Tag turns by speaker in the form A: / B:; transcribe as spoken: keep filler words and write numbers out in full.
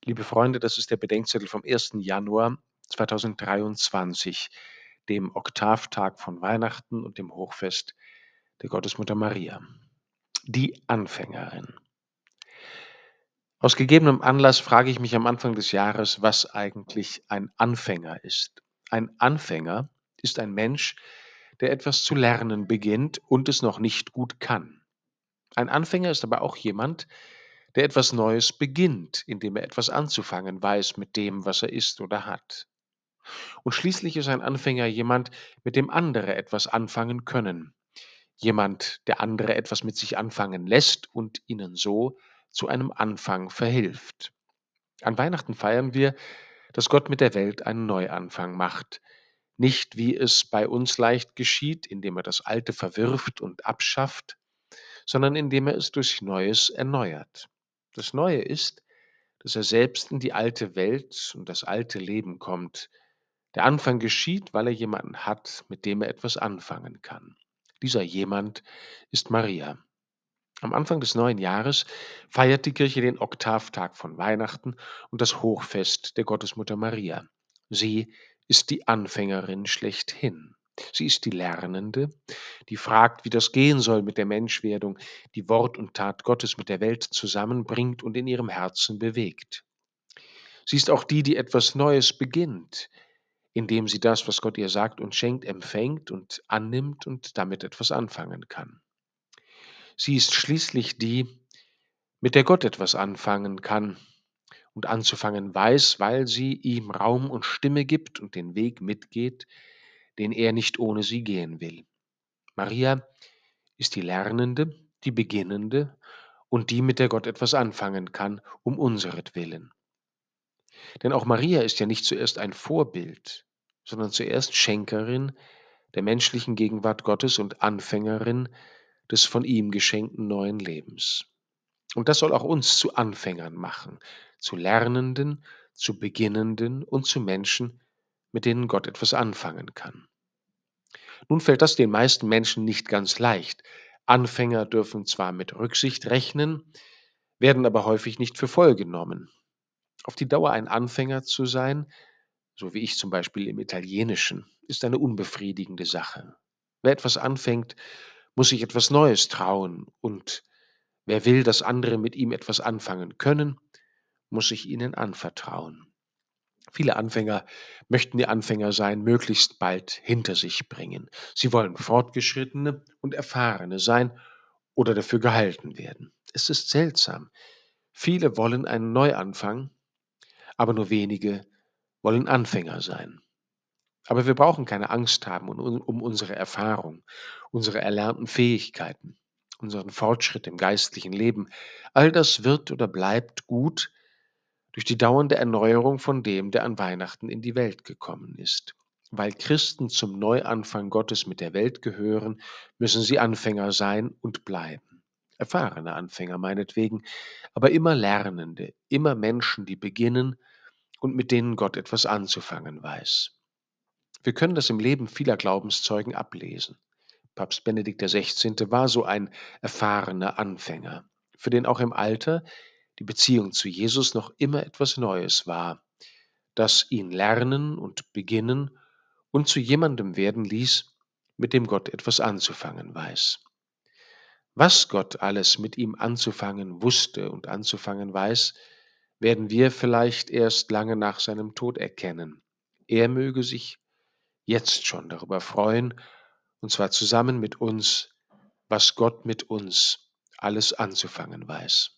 A: Liebe Freunde, das ist der Bedenkzettel vom ersten Januar zweitausenddreiundzwanzig, dem Oktavtag von Weihnachten und dem Hochfest der Gottesmutter Maria. Die Anfängerin. Aus gegebenem Anlass frage ich mich am Anfang des Jahres, was eigentlich ein Anfänger ist. Ein Anfänger ist ein Mensch, der etwas zu lernen beginnt und es noch nicht gut kann. Ein Anfänger ist aber auch jemand, der etwas Neues beginnt, indem er etwas anzufangen weiß mit dem, was er ist oder hat. Und schließlich ist ein Anfänger jemand, mit dem andere etwas anfangen können. Jemand, der andere etwas mit sich anfangen lässt und ihnen so zu einem Anfang verhilft. An Weihnachten feiern wir, dass Gott mit der Welt einen Neuanfang macht. Nicht wie es bei uns leicht geschieht, indem er das Alte verwirft und abschafft, sondern indem er es durch Neues erneuert. Das Neue ist, dass er selbst in die alte Welt und das alte Leben kommt. Der Anfang geschieht, weil er jemanden hat, mit dem er etwas anfangen kann. Dieser jemand ist Maria. Am Anfang des neuen Jahres feiert die Kirche den Oktavtag von Weihnachten und das Hochfest der Gottesmutter Maria. Sie ist die Anfängerin schlechthin. Sie ist die Lernende, die fragt, wie das gehen soll mit der Menschwerdung, die Wort und Tat Gottes mit der Welt zusammenbringt und in ihrem Herzen bewegt. Sie ist auch die, die etwas Neues beginnt, indem sie das, was Gott ihr sagt und schenkt, empfängt und annimmt und damit etwas anfangen kann. Sie ist schließlich die, mit der Gott etwas anfangen kann und anzufangen weiß, weil sie ihm Raum und Stimme gibt und den Weg mitgeht, den er nicht ohne sie gehen will. Maria ist die Lernende, die Beginnende und die, mit der Gott etwas anfangen kann, um unseretwillen. Denn auch Maria ist ja nicht zuerst ein Vorbild, sondern zuerst Schenkerin der menschlichen Gegenwart Gottes und Anfängerin des von ihm geschenkten neuen Lebens. Und das soll auch uns zu Anfängern machen, zu Lernenden, zu Beginnenden und zu Menschen, mit denen Gott etwas anfangen kann. Nun fällt das den meisten Menschen nicht ganz leicht. Anfänger dürfen zwar mit Rücksicht rechnen, werden aber häufig nicht für voll genommen. Auf die Dauer ein Anfänger zu sein, so wie ich zum Beispiel im Italienischen, ist eine unbefriedigende Sache. Wer etwas anfängt, muss sich etwas Neues trauen, und wer will, dass andere mit ihm etwas anfangen können, muss sich ihnen anvertrauen. Viele Anfänger möchten die Anfänger sein möglichst bald hinter sich bringen. Sie wollen Fortgeschrittene und Erfahrene sein oder dafür gehalten werden. Es ist seltsam. Viele wollen einen Neuanfang, aber nur wenige wollen Anfänger sein. Aber wir brauchen keine Angst haben um um unsere Erfahrung, unsere erlernten Fähigkeiten, unseren Fortschritt im geistlichen Leben. All das wird oder bleibt gut durch die dauernde Erneuerung von dem, der an Weihnachten in die Welt gekommen ist. Weil Christen zum Neuanfang Gottes mit der Welt gehören, müssen sie Anfänger sein und bleiben. Erfahrene Anfänger meinetwegen, aber immer Lernende, immer Menschen, die beginnen und mit denen Gott etwas anzufangen weiß. Wir können das im Leben vieler Glaubenszeugen ablesen. Papst Benedikt der Sechzehnte war so ein erfahrener Anfänger, für den auch im Alter die Beziehung zu Jesus noch immer etwas Neues war, das ihn lernen und beginnen und zu jemandem werden ließ, mit dem Gott etwas anzufangen weiß. Was Gott alles mit ihm anzufangen wusste und anzufangen weiß, werden wir vielleicht erst lange nach seinem Tod erkennen. Er möge sich jetzt schon darüber freuen, und zwar zusammen mit uns, was Gott mit uns alles anzufangen weiß.